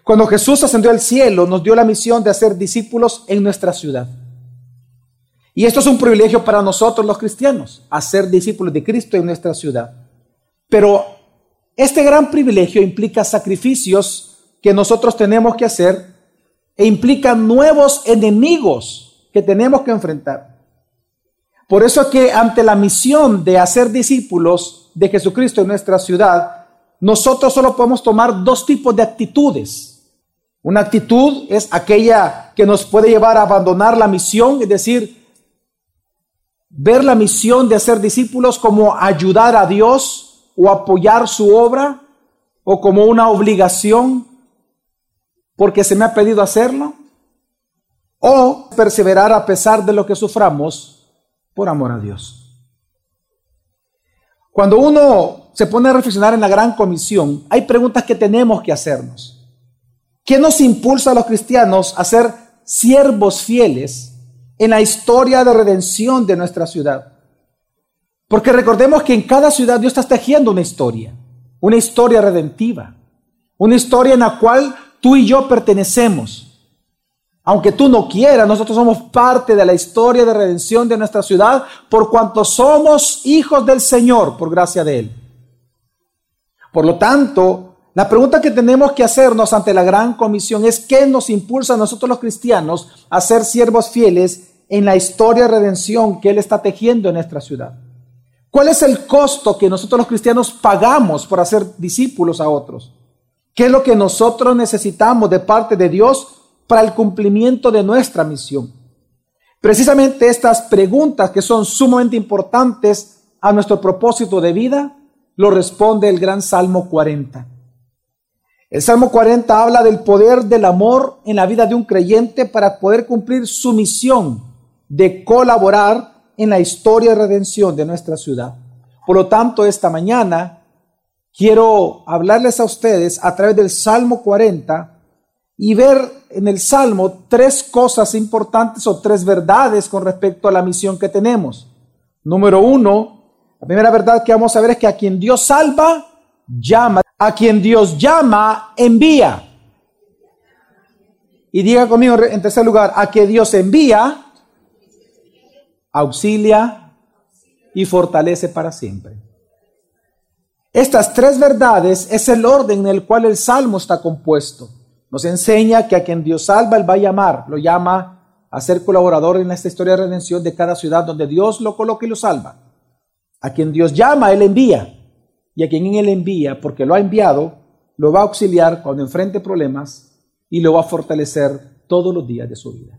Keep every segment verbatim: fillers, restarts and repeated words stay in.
Cuando Jesús ascendió al cielo, nos dio la misión de hacer discípulos en nuestra ciudad. Y esto es un privilegio para nosotros los cristianos, hacer discípulos de Cristo en nuestra ciudad. Pero este gran privilegio implica sacrificios que nosotros tenemos que hacer e implica nuevos enemigos que tenemos que enfrentar. Por eso es que ante la misión de hacer discípulos de Jesucristo en nuestra ciudad, nosotros solo podemos tomar dos tipos de actitudes. Una actitud es aquella que nos puede llevar a abandonar la misión, es decir, ver la misión de hacer discípulos como ayudar a Dios o apoyar su obra o como una obligación porque se me ha pedido hacerlo, o perseverar a pesar de lo que suframos por amor a Dios. Cuando uno se pone a reflexionar en la gran comisión, hay preguntas que tenemos que hacernos. ¿Qué nos impulsa a los cristianos a ser siervos fieles en la historia de redención de nuestra ciudad? Porque recordemos que en cada ciudad Dios está tejiendo una historia, una historia redentiva, una historia en la cual tú y yo pertenecemos. Aunque tú no quieras, nosotros somos parte de la historia de redención de nuestra ciudad por cuanto somos hijos del Señor, por gracia de Él. Por lo tanto, la pregunta que tenemos que hacernos ante la gran comisión es ¿qué nos impulsa a nosotros los cristianos a ser siervos fieles en la historia de redención que Él está tejiendo en nuestra ciudad? ¿Cuál es el costo que nosotros los cristianos pagamos por hacer discípulos a otros? ¿Qué es lo que nosotros necesitamos de parte de Dios para el cumplimiento de nuestra misión? Precisamente estas preguntas que son sumamente importantes a nuestro propósito de vida, lo responde el gran Salmo cuarenta. El Salmo cuarenta habla del poder del amor en la vida de un creyente para poder cumplir su misión de colaborar en la historia de redención de nuestra ciudad. Por lo tanto, esta mañana quiero hablarles a ustedes a través del Salmo cuarenta y ver en el Salmo tres cosas importantes o tres verdades con respecto a la misión que tenemos. Número uno, la primera verdad que vamos a ver es que a quien Dios salva, llama. A quien Dios llama, envía. Y diga conmigo en tercer lugar, a que Dios envía, auxilia y fortalece para siempre. Estas tres verdades es el orden en el cual el Salmo está compuesto. Nos enseña que a quien Dios salva, Él va a llamar, lo llama a ser colaborador en esta historia de redención de cada ciudad donde Dios lo coloca y lo salva. A quien Dios llama, Él envía. Y a quien Él envía, porque lo ha enviado, lo va a auxiliar cuando enfrente problemas y lo va a fortalecer todos los días de su vida.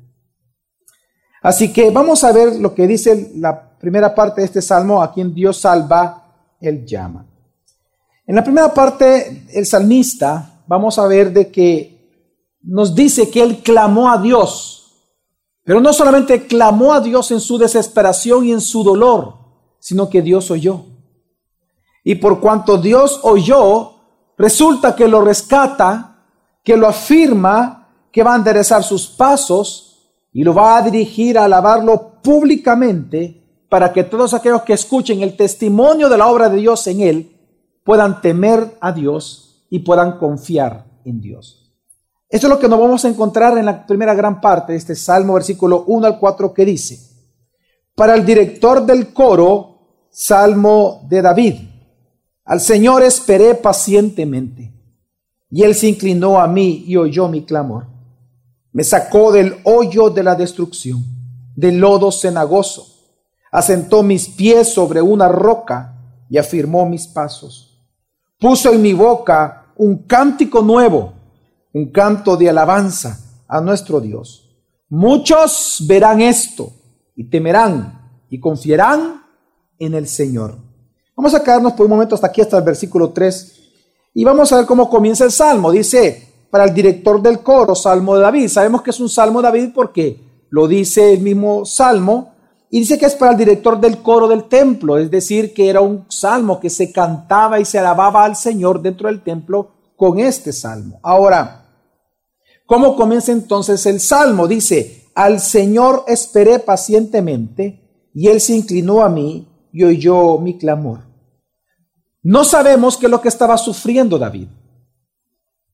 Así que vamos a ver lo que dice la primera parte de este salmo, a quien Dios salva, Él llama. En la primera parte, el salmista, vamos a ver de que nos dice que Él clamó a Dios, pero no solamente clamó a Dios en su desesperación y en su dolor, sino que Dios oyó. Y por cuanto Dios oyó, resulta que lo rescata, que lo afirma, que va a enderezar sus pasos y lo va a dirigir a alabarlo públicamente para que todos aquellos que escuchen el testimonio de la obra de Dios en él puedan temer a Dios y puedan confiar en Dios. Esto es lo que nos vamos a encontrar en la primera gran parte de este Salmo, versículo uno al cuatro, que dice: para el director del coro, Salmo de David. Al Señor esperé pacientemente, y Él se inclinó a mí y oyó mi clamor. Me sacó del hoyo de la destrucción, del lodo cenagoso. Asentó mis pies sobre una roca y afirmó mis pasos. Puso en mi boca un cántico nuevo, un canto de alabanza a nuestro Dios. Muchos verán esto y temerán y confiarán en el Señor. Vamos a quedarnos por un momento hasta aquí, hasta el versículo tres, y vamos a ver cómo comienza el Salmo. Dice, para el director del coro, Salmo de David. Sabemos que es un Salmo de David porque lo dice el mismo Salmo, y dice que es para el director del coro del templo, es decir, que era un Salmo que se cantaba y se alababa al Señor dentro del templo con este Salmo. Ahora, ¿cómo comienza entonces el Salmo? Dice, al Señor esperé pacientemente, y Él se inclinó a mí y oyó mi clamor. No sabemos qué es lo que estaba sufriendo David,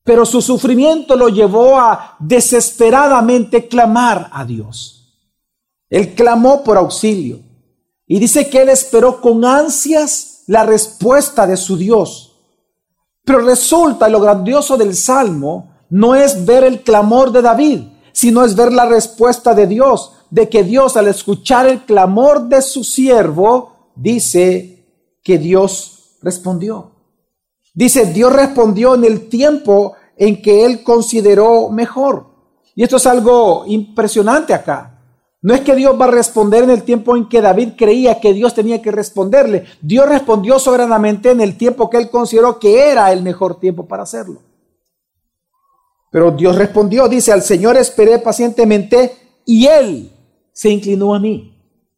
pero su sufrimiento lo llevó a desesperadamente clamar a Dios. Él clamó por auxilio y dice que él esperó con ansias la respuesta de su Dios. Pero resulta, lo grandioso del Salmo no es ver el clamor de David, sino es ver la respuesta de Dios, de que Dios, al escuchar el clamor de su siervo, dice que Dios respondió. Dice, Dios respondió en el tiempo en que él consideró mejor. Y esto es algo impresionante acá. No es que Dios va a responder en el tiempo en que David creía que Dios tenía que responderle. Dios respondió soberanamente en el tiempo que él consideró que era el mejor tiempo para hacerlo. Pero Dios respondió, dice, al Señor esperé pacientemente y él se inclinó a mí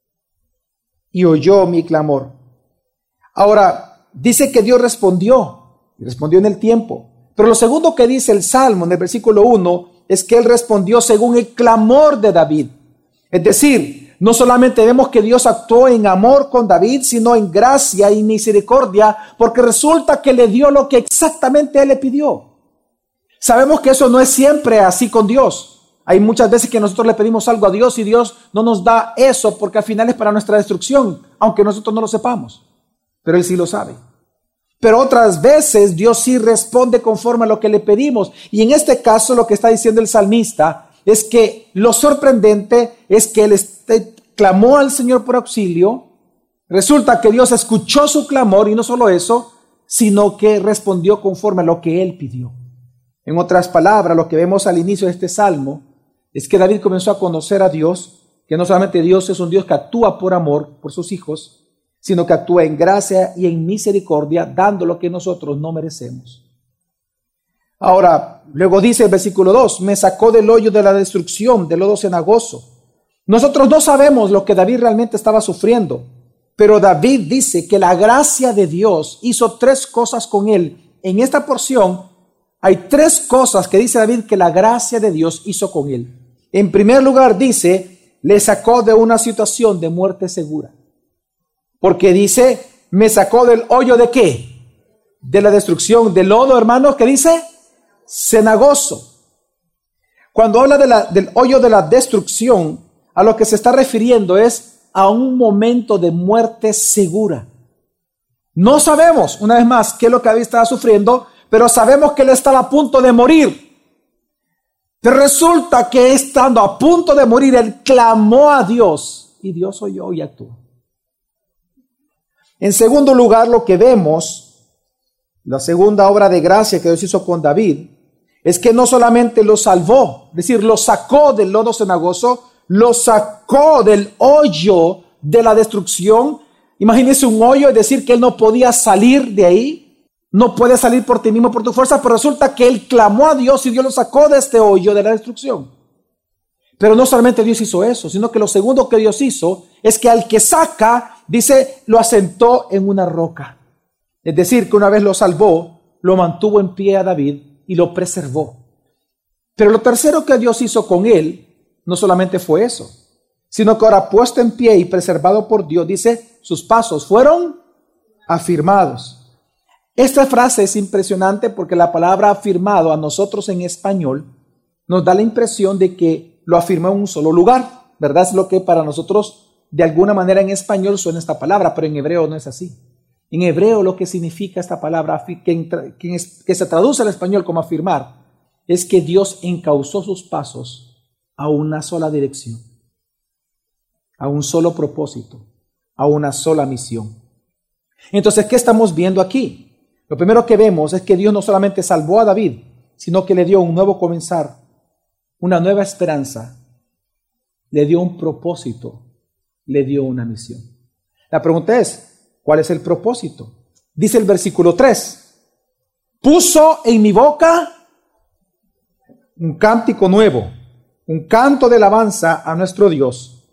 y oyó mi clamor. Ahora, dice que Dios respondió, y respondió en el tiempo. Pero lo segundo que dice el Salmo en el versículo uno es que él respondió según el clamor de David. Es decir, no solamente vemos que Dios actuó en amor con David, sino en gracia y misericordia, porque resulta que le dio lo que exactamente él le pidió. Sabemos que eso no es siempre así con Dios. Hay muchas veces que nosotros le pedimos algo a Dios y Dios no nos da eso porque al final es para nuestra destrucción, aunque nosotros no lo sepamos. Pero Él sí lo sabe. Pero otras veces Dios sí responde conforme a lo que le pedimos. Y en este caso lo que está diciendo el salmista es que lo sorprendente es que él este, clamó al Señor por auxilio. Resulta que Dios escuchó su clamor y no solo eso, sino que respondió conforme a lo que él pidió. En otras palabras, lo que vemos al inicio de este salmo es que David comenzó a conocer a Dios, que no solamente Dios es un Dios que actúa por amor por sus hijos, sino que actúa en gracia y en misericordia, dando lo que nosotros no merecemos. Ahora, luego dice el versículo dos, me sacó del hoyo de la destrucción, del lodo cenagoso. Nosotros no sabemos lo que David realmente estaba sufriendo, pero David dice que la gracia de Dios hizo tres cosas con él. En esta porción hay tres cosas que dice David que la gracia de Dios hizo con él. En primer lugar dice, le sacó de una situación de muerte segura. Porque dice, me sacó del hoyo de ¿qué? De la destrucción, del lodo, hermanos, ¿qué dice? Cenagoso. Cuando habla de la, del hoyo de la destrucción, a lo que se está refiriendo es a un momento de muerte segura. No sabemos, una vez más, qué es lo que David estaba sufriendo, pero sabemos que él estaba a punto de morir. Pero resulta que estando a punto de morir, él clamó a Dios y Dios oyó y actuó. En segundo lugar, lo que vemos, la segunda obra de gracia que Dios hizo con David, es que no solamente lo salvó, es decir, lo sacó del lodo cenagoso, lo sacó del hoyo de la destrucción. Imagínense un hoyo, es decir, que él no podía salir de ahí. No puede salir por ti mismo, por tu fuerza, pero resulta que él clamó a Dios y Dios lo sacó de este hoyo de la destrucción. Pero no solamente Dios hizo eso, sino que lo segundo que Dios hizo es que al que saca, dice, lo asentó en una roca. Es decir, que una vez lo salvó, lo mantuvo en pie a David y lo preservó. Pero lo tercero que Dios hizo con él, no solamente fue eso, sino que ahora puesto en pie y preservado por Dios, dice, sus pasos fueron afirmados. Esta frase es impresionante porque la palabra afirmado a nosotros en español nos da la impresión de que lo afirma en un solo lugar, ¿verdad? Es lo que para nosotros de alguna manera en español suena esta palabra, pero en hebreo no es así. En hebreo lo que significa esta palabra que, que se traduce al español como afirmar es que Dios encauzó sus pasos a una sola dirección, a un solo propósito, a una sola misión. Entonces, ¿qué estamos viendo aquí? Lo primero que vemos es que Dios no solamente salvó a David, sino que le dio un nuevo comenzar, una nueva esperanza, le dio un propósito, le dio una misión. La pregunta es, ¿cuál es el propósito? Dice el versículo tres, puso en mi boca un cántico nuevo, un canto de alabanza a nuestro Dios.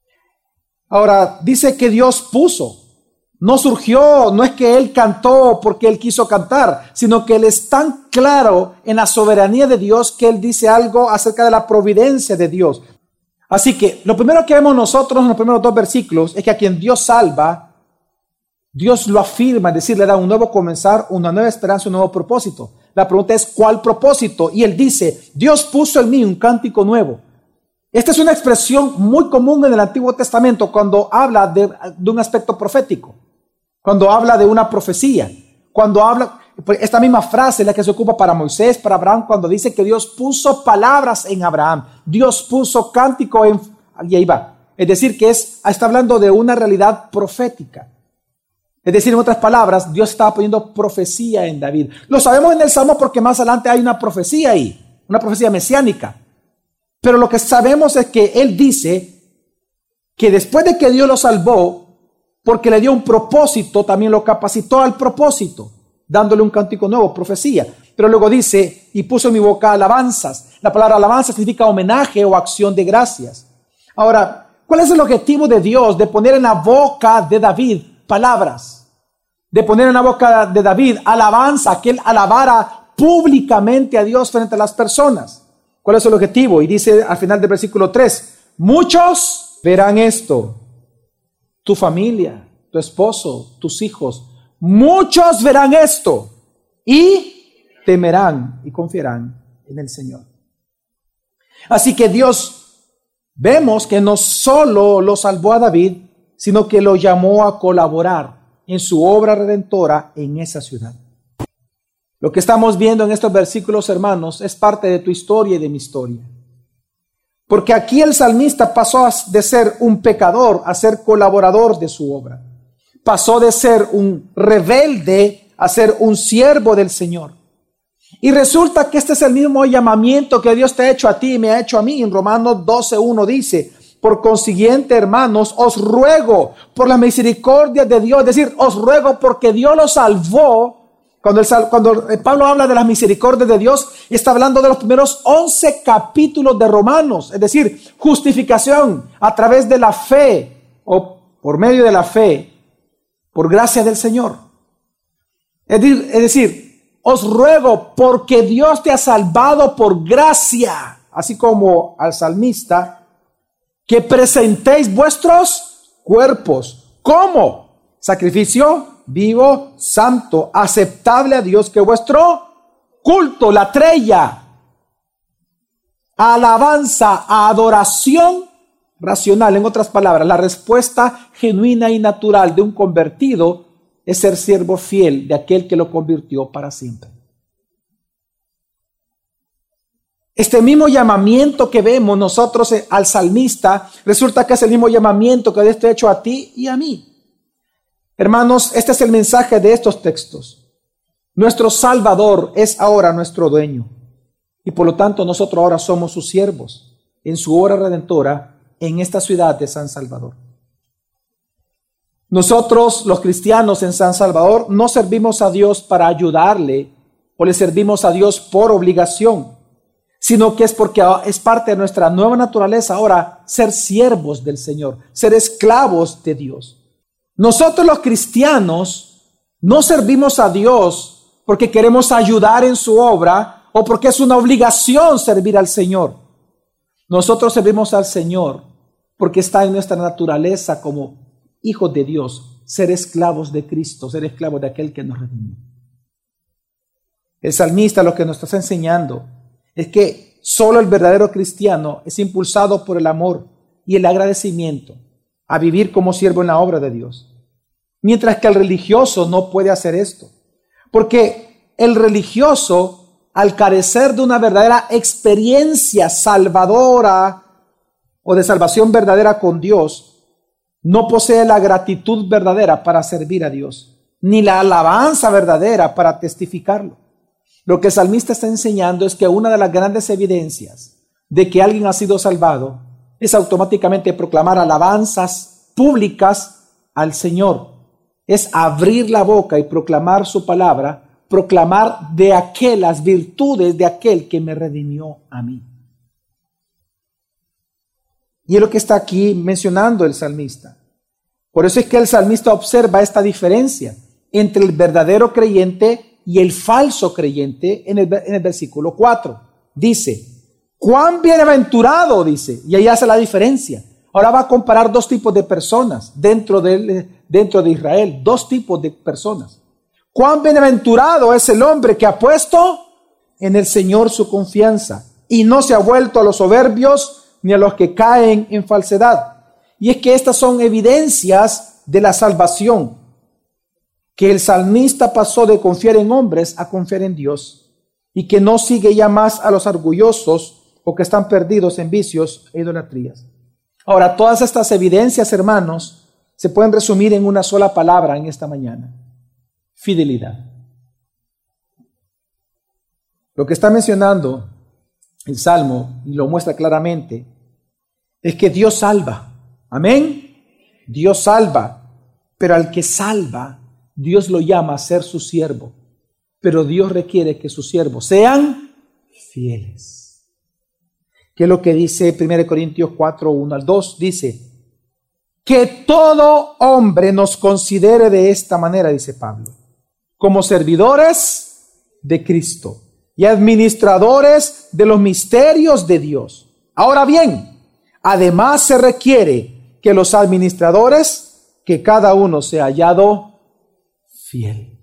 Ahora, dice que Dios puso. No surgió, no es que él cantó porque él quiso cantar, sino que él es tan claro en la soberanía de Dios que él dice algo acerca de la providencia de Dios. Así que lo primero que vemos nosotros en los primeros dos versículos es que a quien Dios salva, Dios lo afirma, es decir, le da un nuevo comenzar, una nueva esperanza, un nuevo propósito. La pregunta es, ¿cuál propósito? Y él dice, Dios puso en mí un cántico nuevo. Esta es una expresión muy común en el Antiguo Testamento cuando habla de, de un aspecto profético, cuando habla de una profecía, cuando habla, esta misma frase es la que se ocupa para Moisés, para Abraham, cuando dice que Dios puso palabras en Abraham, Dios puso cántico en, y ahí va. Es decir, que es, está hablando de una realidad profética. Es decir, en otras palabras, Dios estaba poniendo profecía en David. Lo sabemos en el Salmo porque más adelante hay una profecía ahí, una profecía mesiánica. Pero lo que sabemos es que él dice que después de que Dios lo salvó, porque le dio un propósito, también lo capacitó al propósito, dándole un cántico nuevo, profecía. Pero luego dice, y puso en mi boca alabanzas. La palabra alabanza significa homenaje o acción de gracias. Ahora, ¿cuál es el objetivo de Dios de poner en la boca de David palabras? De poner en la boca de David alabanza, que él alabara públicamente a Dios frente a las personas. ¿Cuál es el objetivo? Y dice al final del versículo tres, muchos verán esto, tu familia, tu esposo, tus hijos, muchos verán esto y temerán y confiarán en el Señor. Así que Dios, vemos que no solo lo salvó a David, sino que lo llamó a colaborar en su obra redentora en esa ciudad. Lo que estamos viendo en estos versículos, hermanos, es parte de tu historia y de mi historia. Porque aquí el salmista pasó de ser un pecador a ser colaborador de su obra. Pasó de ser un rebelde a ser un siervo del Señor. Y resulta que este es el mismo llamamiento que Dios te ha hecho a ti y me ha hecho a mí. En Romanos doce uno dice, por consiguiente, hermanos, os ruego por la misericordia de Dios, es decir, os ruego porque Dios los salvó. Cuando, el, cuando Pablo habla de la misericordia de Dios, está hablando de los primeros once capítulos de Romanos, es decir, justificación a través de la fe o por medio de la fe, por gracia del Señor. Es decir, es decir, os ruego porque Dios te ha salvado por gracia, así como al salmista, que presentéis vuestros cuerpos. ¿Cómo? Sacrificio vivo, santo, aceptable a Dios, que vuestro culto, la trella, alabanza, adoración racional. En otras palabras, la respuesta genuina y natural de un convertido es ser siervo fiel de aquel que lo convirtió para siempre. Este mismo llamamiento que vemos nosotros al salmista, resulta que es el mismo llamamiento que Dios te ha hecho a ti y a mí. Hermanos, este es el mensaje de estos textos. Nuestro Salvador es ahora nuestro dueño. Y por lo tanto nosotros ahora somos sus siervos en su obra redentora en esta ciudad de San Salvador. Nosotros, los cristianos en San Salvador, no servimos a Dios para ayudarle o le servimos a Dios por obligación, sino que es porque es parte de nuestra nueva naturaleza ahora ser siervos del Señor, ser esclavos de Dios. Nosotros los cristianos no servimos a Dios porque queremos ayudar en su obra o porque es una obligación servir al Señor. Nosotros servimos al Señor porque está en nuestra naturaleza como hijos de Dios, ser esclavos de Cristo, ser esclavos de aquel que nos redimió. El salmista lo que nos está enseñando es que solo el verdadero cristiano es impulsado por el amor y el agradecimiento a vivir como siervo en la obra de Dios. Mientras que el religioso no puede hacer esto. Porque el religioso, al carecer de una verdadera experiencia salvadora o de salvación verdadera con Dios, no posee la gratitud verdadera para servir a Dios, ni la alabanza verdadera para testificarlo. Lo que el salmista está enseñando es que una de las grandes evidencias de que alguien ha sido salvado es automáticamente proclamar alabanzas públicas al Señor. Es abrir la boca y proclamar su palabra, proclamar de aquel las virtudes de aquel que me redimió a mí. Y es lo que está aquí mencionando el salmista. Por eso es que el salmista observa esta diferencia entre el verdadero creyente y el falso creyente en el, en el versículo cuatro. Dice, cuán bienaventurado, dice, y ahí hace la diferencia. Ahora va a comparar dos tipos de personas dentro de, dentro de Israel, dos tipos de personas. Cuán bienaventurado es el hombre que ha puesto en el Señor su confianza y no se ha vuelto a los soberbios ni a los que caen en falsedad. Y es que estas son evidencias de la salvación, que el salmista pasó de confiar en hombres a confiar en Dios y que no sigue ya más a los orgullosos o que están perdidos en vicios e idolatrías. Ahora, todas estas evidencias, hermanos, se pueden resumir en una sola palabra en esta mañana: fidelidad. Lo que está mencionando el Salmo, y lo muestra claramente, es que Dios salva. Amén. Dios salva, pero al que salva, Dios lo llama a ser su siervo. Pero Dios requiere que sus siervos sean fieles. ¿Qué es lo que dice primera Corintios cuatro, uno al dos? Dice, que todo hombre nos considere de esta manera, dice Pablo, como servidores de Cristo y administradores de los misterios de Dios. Ahora bien, además se requiere que los administradores, que cada uno sea hallado fiel.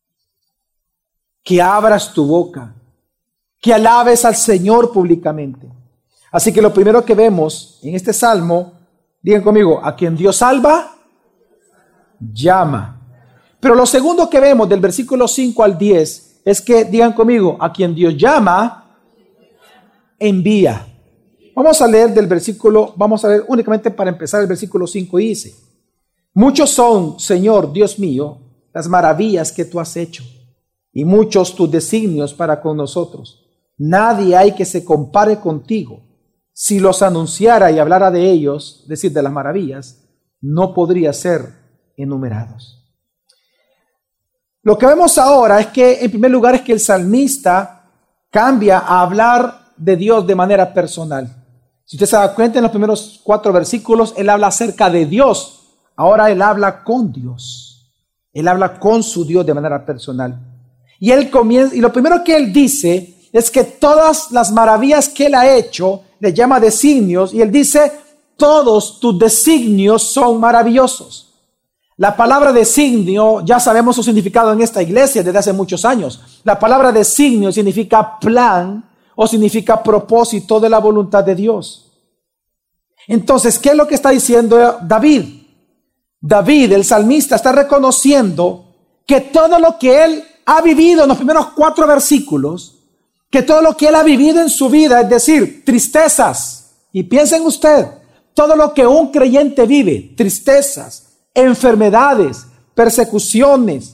Que abras tu boca, que alabes al Señor públicamente. Así que lo primero que vemos en este salmo, digan conmigo, a quien Dios salva, llama. Pero lo segundo que vemos del versículo cinco al diez es que, digan conmigo, a quien Dios llama, envía. Vamos a leer del versículo, vamos a leer únicamente para empezar el versículo cinco, y dice, muchos son, Señor Dios mío, las maravillas que tú has hecho, y muchos tus designios para con nosotros. Nadie hay que se compare contigo. Si los anunciara y hablara de ellos, es decir, de las maravillas, no podría ser enumerados. Lo que vemos ahora es que, en primer lugar, es que el salmista cambia a hablar de Dios de manera personal. Si usted se da cuenta, en los primeros cuatro versículos, él habla acerca de Dios. Ahora él habla con Dios. Él habla con su Dios de manera personal. Y él comienza, y lo primero que él dice es que todas las maravillas que él ha hecho, le llama designios, y él dice, todos tus designios son maravillosos. La palabra designio, ya sabemos su significado en esta iglesia desde hace muchos años. La palabra designio significa plan o significa propósito de la voluntad de Dios. Entonces, ¿qué es lo que está diciendo David? David, el salmista, está reconociendo que todo lo que él ha vivido en los primeros cuatro versículos, que todo lo que él ha vivido en su vida, es decir, tristezas, y piensen usted, todo lo que un creyente vive, tristezas, enfermedades, persecuciones,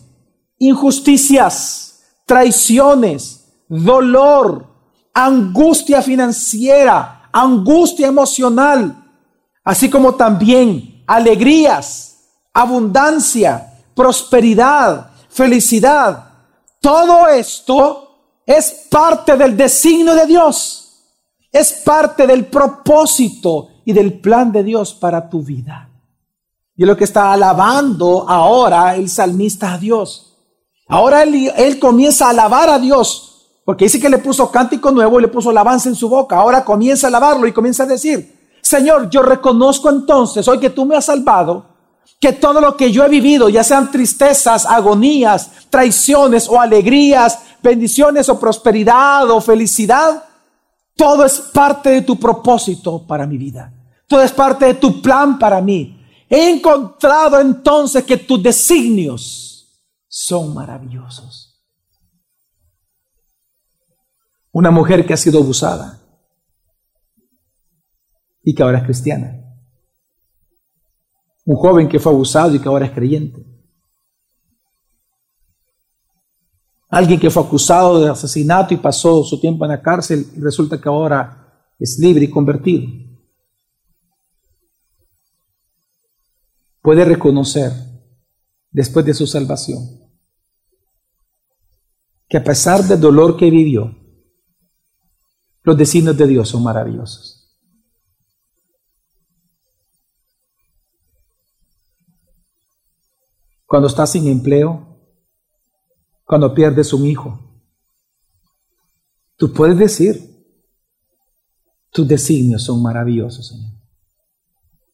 injusticias, traiciones, dolor, angustia financiera, angustia emocional, así como también alegrías, abundancia, prosperidad, felicidad. Todo esto es parte del designio de Dios, es parte del propósito y del plan de Dios para tu vida. Y es lo que está alabando ahora el salmista a Dios. Ahora él, él comienza a alabar a Dios, porque dice que le puso cántico nuevo y le puso alabanza en su boca. Ahora comienza a alabarlo y comienza a decir, Señor, yo reconozco entonces, hoy que tú me has salvado, que todo lo que yo he vivido, ya sean tristezas, agonías, traiciones o alegrías, bendiciones o prosperidad o felicidad, todo es parte de tu propósito para mi vida. Todo es parte de tu plan para mí. He encontrado entonces que tus designios son maravillosos. Una mujer que ha sido abusada y que ahora es cristiana. Un joven que fue abusado y que ahora es creyente. Alguien que fue acusado de asesinato y pasó su tiempo en la cárcel y resulta que ahora es libre y convertido. Puede reconocer, después de su salvación, que a pesar del dolor que vivió, los designios de Dios son maravillosos. Cuando estás sin empleo, cuando pierdes un hijo, tú puedes decir, tus designios son maravillosos, Señor.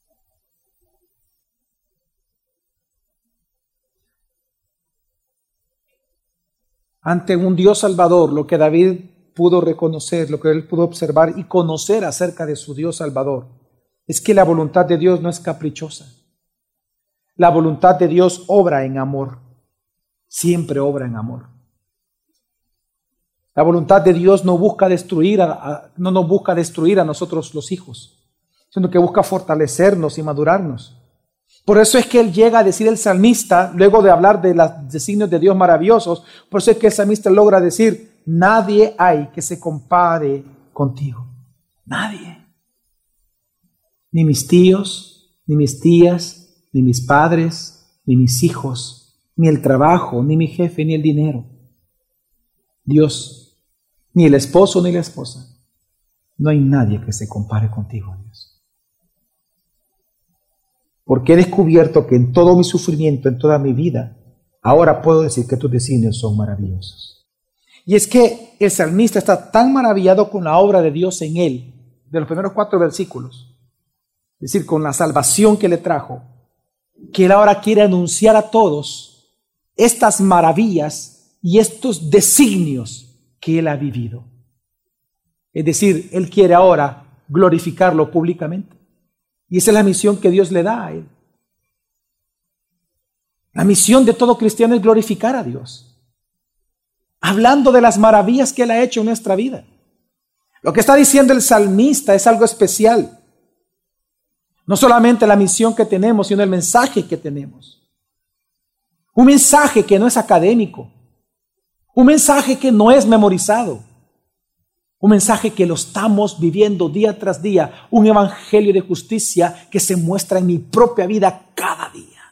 ante un Dios Salvador, lo que David pudo reconocer, lo que él pudo observar y conocer acerca de su Dios Salvador, es que la voluntad de Dios no es caprichosa. La voluntad de Dios obra en amor, siempre obra en amor. La voluntad de Dios no busca destruir a, a, no nos busca destruir a nosotros los hijos, sino que busca fortalecernos y madurarnos. Por eso es que él llega a decir el salmista, luego de hablar de los designios de Dios maravillosos, por eso es que el salmista logra decir, nadie hay que se compare contigo. Nadie. Ni mis tíos, ni mis tías, ni mis padres, ni mis hijos, ni el trabajo, ni mi jefe, ni el dinero. Dios, ni el esposo, ni la esposa. No hay nadie que se compare contigo, Dios. Porque he descubierto que en todo mi sufrimiento, en toda mi vida, ahora puedo decir que tus designios son maravillosos. Y es que el salmista está tan maravillado con la obra de Dios en él, de los primeros cuatro versículos, es decir, con la salvación que le trajo, que él ahora quiere anunciar a todos estas maravillas y estos designios que él ha vivido. Es decir, él quiere ahora glorificarlo públicamente. Y esa es la misión que Dios le da a él. La misión de todo cristiano es glorificar a Dios, hablando de las maravillas que él ha hecho en nuestra vida. Lo que está diciendo el salmista es algo especial. No solamente la misión que tenemos, sino el mensaje que tenemos. Un mensaje que no es académico. Un mensaje que no es memorizado. Un mensaje que lo estamos viviendo día tras día. Un evangelio de justicia que se muestra en mi propia vida cada día.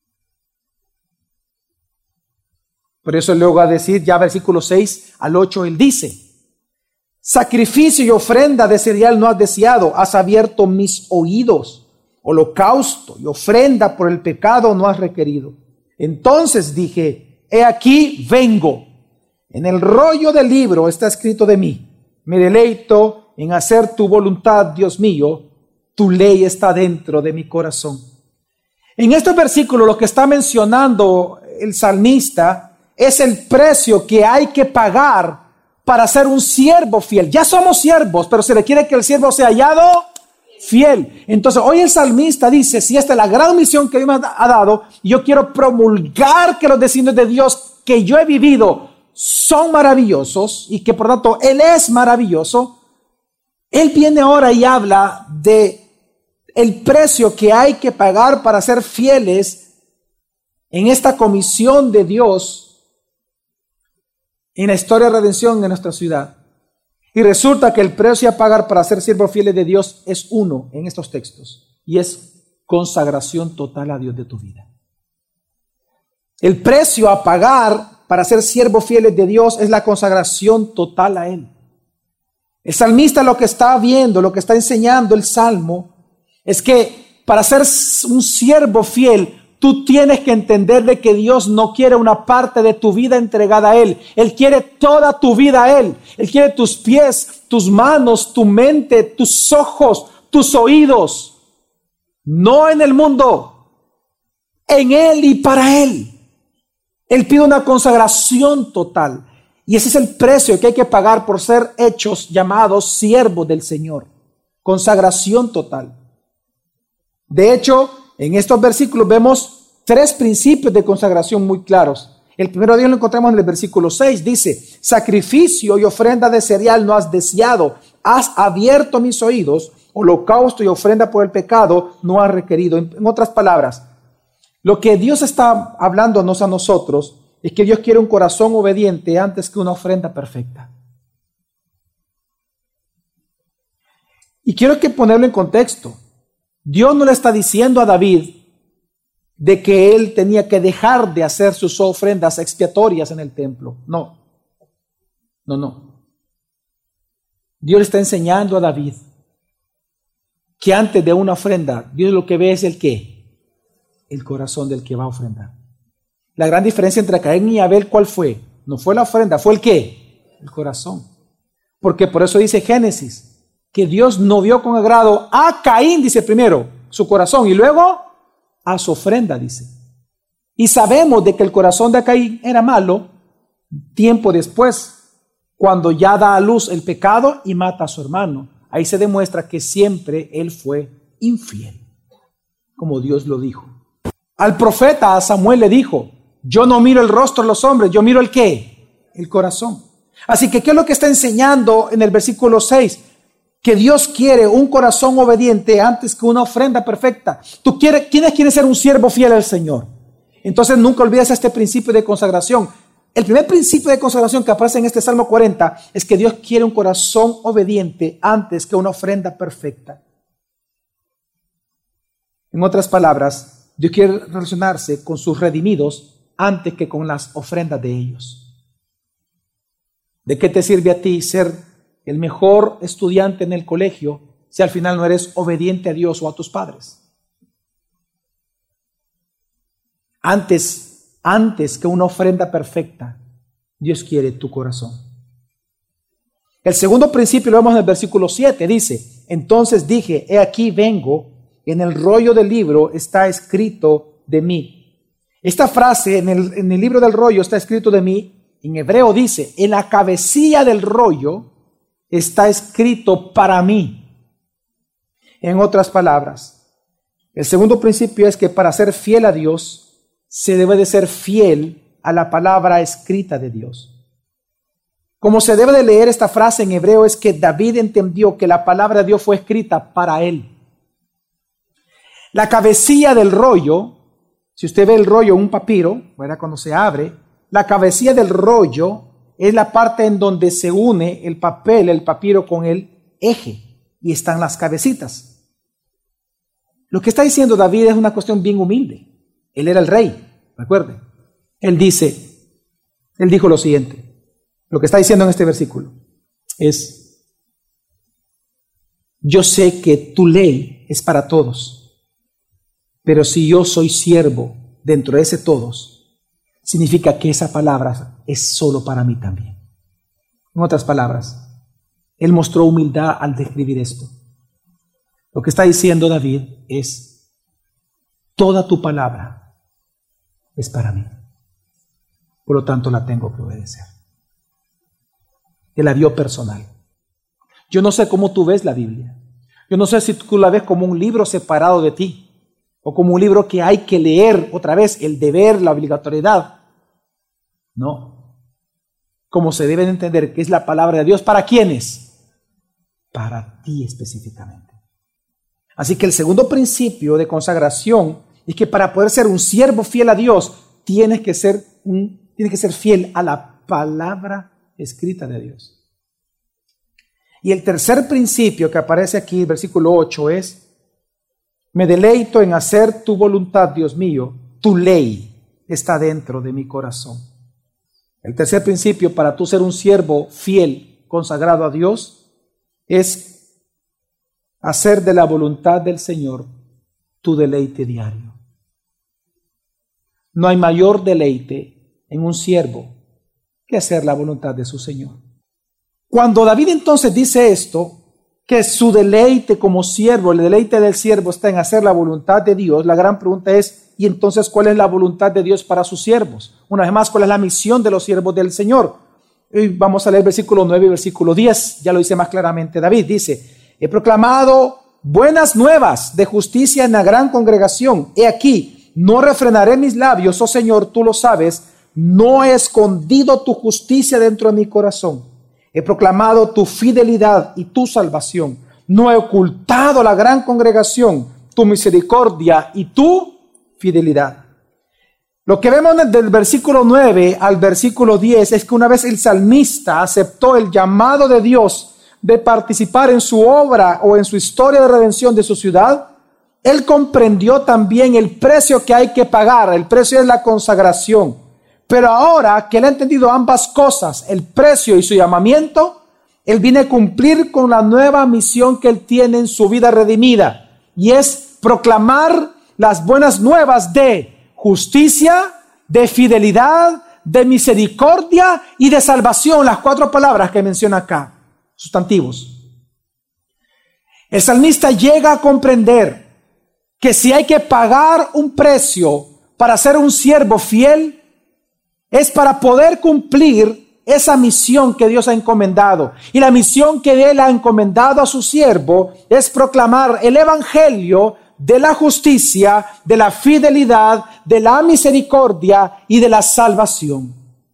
Por eso luego va a decir, ya versículo seis al ocho, él dice, sacrificio y ofrenda de cereal no has deseado, has abierto mis oídos. Holocausto y ofrenda por el pecado no has requerido. Entonces dije, he aquí vengo. En el rollo del libro está escrito de mí. Me deleito en hacer tu voluntad, Dios mío. Tu ley está dentro de mi corazón. En estos versículos lo que está mencionando el salmista es el precio que hay que pagar para ser un siervo fiel. Ya somos siervos, pero se requiere que el siervo sea hallado fiel. Entonces hoy el salmista dice, si esta es la gran misión que Dios me ha dado, yo quiero promulgar que los designios de Dios que yo he vivido son maravillosos y que por tanto Él es maravilloso. Él viene ahora y habla de el precio que hay que pagar para ser fieles en esta comisión de Dios en la historia de redención de nuestra ciudad. Y resulta que el precio a pagar para ser siervos fieles de Dios es uno en estos textos, y es consagración total a Dios de tu vida. El precio a pagar para ser siervos fieles de Dios es la consagración total a Él. El salmista lo que está viendo, lo que está enseñando el Salmo, es que para ser un siervo fiel, tú tienes que entender de que Dios no quiere una parte de tu vida entregada a Él. Él quiere toda tu vida a Él. Él quiere tus pies, tus manos, tu mente, tus ojos, tus oídos. No en el mundo, en Él y para Él. Él pide una consagración total. Y ese es el precio que hay que pagar por ser hechos, llamados siervos del Señor. Consagración total. De hecho, en estos versículos vemos tres principios de consagración muy claros. El primero de ellos lo encontramos en el versículo seis. Dice, sacrificio y ofrenda de cereal no has deseado. Has abierto mis oídos. Holocausto y ofrenda por el pecado no has requerido. En, en otras palabras, lo que Dios está hablándonos a nosotros es que Dios quiere un corazón obediente antes que una ofrenda perfecta. Y quiero que ponerlo en contexto. Dios no le está diciendo a David de que él tenía que dejar de hacer sus ofrendas expiatorias en el templo. No, no, no. Dios le está enseñando a David que antes de una ofrenda, Dios lo que ve es el qué, el corazón del que va a ofrendar. La gran diferencia entre Caín y Abel, ¿cuál fue? No fue la ofrenda, fue el qué, el corazón. Porque por eso dice Génesis, que Dios no vio con agrado a Caín, dice primero, su corazón, y luego a su ofrenda, dice. Y sabemos de que el corazón de Caín era malo, tiempo después, cuando ya da a luz el pecado y mata a su hermano. Ahí se demuestra que siempre él fue infiel, como Dios lo dijo. Al profeta, a Samuel, le dijo: yo no miro el rostro de los hombres, yo miro el ¿qué? El corazón. Así que, ¿qué es lo que está enseñando en el versículo seis? Que Dios quiere un corazón obediente antes que una ofrenda perfecta. ¿Tú quieres, ¿Quiénes quieren ser un siervo fiel al Señor? Entonces nunca olvides este principio de consagración. El primer principio de consagración que aparece en este Salmo cuarenta es que Dios quiere un corazón obediente antes que una ofrenda perfecta. En otras palabras, Dios quiere relacionarse con sus redimidos antes que con las ofrendas de ellos. ¿De qué te sirve a ti ser el mejor estudiante en el colegio si al final no eres obediente a Dios o a tus padres? Antes, antes que una ofrenda perfecta, Dios quiere tu corazón. El segundo principio lo vemos en el versículo siete, dice: entonces dije, he aquí vengo, en el rollo del libro está escrito de mí. Esta frase en el, en el libro del rollo está escrito de mí. En hebreo dice: en la cabecilla del rollo está escrito para mí. En otras palabras, el segundo principio es que para ser fiel a Dios, se debe de ser fiel a la palabra escrita de Dios. Como se debe de leer esta frase en hebreo es que David entendió que la palabra de Dios fue escrita para él. La cabecilla del rollo, si usted ve el rollo, un papiro, ¿verdad? Cuando se abre, la cabecilla del rollo es la parte en donde se une el papel, el papiro con el eje, y están las cabecitas. Lo que está diciendo David es una cuestión bien humilde. Él era el rey, recuerde. Él dice, él dijo lo siguiente, lo que está diciendo en este versículo es: yo sé que tu ley es para todos, pero si yo soy siervo dentro de ese todos, significa que esa palabra es solo para mí también. En otras palabras, él mostró humildad al describir esto. Lo que está diciendo David es: toda tu palabra es para mí, por lo tanto la tengo que obedecer. Él la vio personal. Yo no sé cómo tú ves la Biblia. Yo no sé si tú la ves como un libro separado de ti, o como un libro que hay que leer otra vez, el deber, la obligatoriedad. No. Como se debe entender que es la palabra de Dios. ¿Para quiénes? Para ti específicamente. Así que el segundo principio de consagración es que para poder ser un siervo fiel a Dios, tienes que ser, un, tienes que ser fiel a la palabra escrita de Dios. Y el tercer principio que aparece aquí, versículo ocho, es: me deleito en hacer tu voluntad, Dios mío, tu ley está dentro de mi corazón. El tercer principio para tú ser un siervo fiel, consagrado a Dios, es hacer de la voluntad del Señor tu deleite diario. No hay mayor deleite en un siervo que hacer la voluntad de su Señor. Cuando David entonces dice esto, que su deleite como siervo, el deleite del siervo está en hacer la voluntad de Dios, la gran pregunta es: ¿y entonces cuál es la voluntad de Dios para sus siervos? Una vez más, ¿cuál es la misión de los siervos del Señor? Y vamos a leer versículo nueve y versículo diez, ya lo dice más claramente David. Dice: he proclamado buenas nuevas de justicia en la gran congregación. He aquí, no refrenaré mis labios, oh Señor, tú lo sabes. No he escondido tu justicia dentro de mi corazón. He proclamado tu fidelidad y tu salvación. No he ocultado a la gran congregación tu misericordia y tu fidelidad. Lo que vemos desde el versículo nueve al versículo diez es que una vez el salmista aceptó el llamado de Dios de participar en su obra o en su historia de redención de su ciudad, él comprendió también el precio que hay que pagar. El precio es la consagración. Pero ahora que él ha entendido ambas cosas, el precio y su llamamiento, él viene a cumplir con la nueva misión que él tiene en su vida redimida, y es proclamar las buenas nuevas de justicia, de fidelidad, de misericordia y de salvación, las cuatro palabras que menciona acá, sustantivos. El salmista llega a comprender que si hay que pagar un precio para ser un siervo fiel, es para poder cumplir esa misión que Dios ha encomendado. Y la misión que Él ha encomendado a su siervo es proclamar el evangelio de la justicia, de la fidelidad, de la misericordia y de la salvación.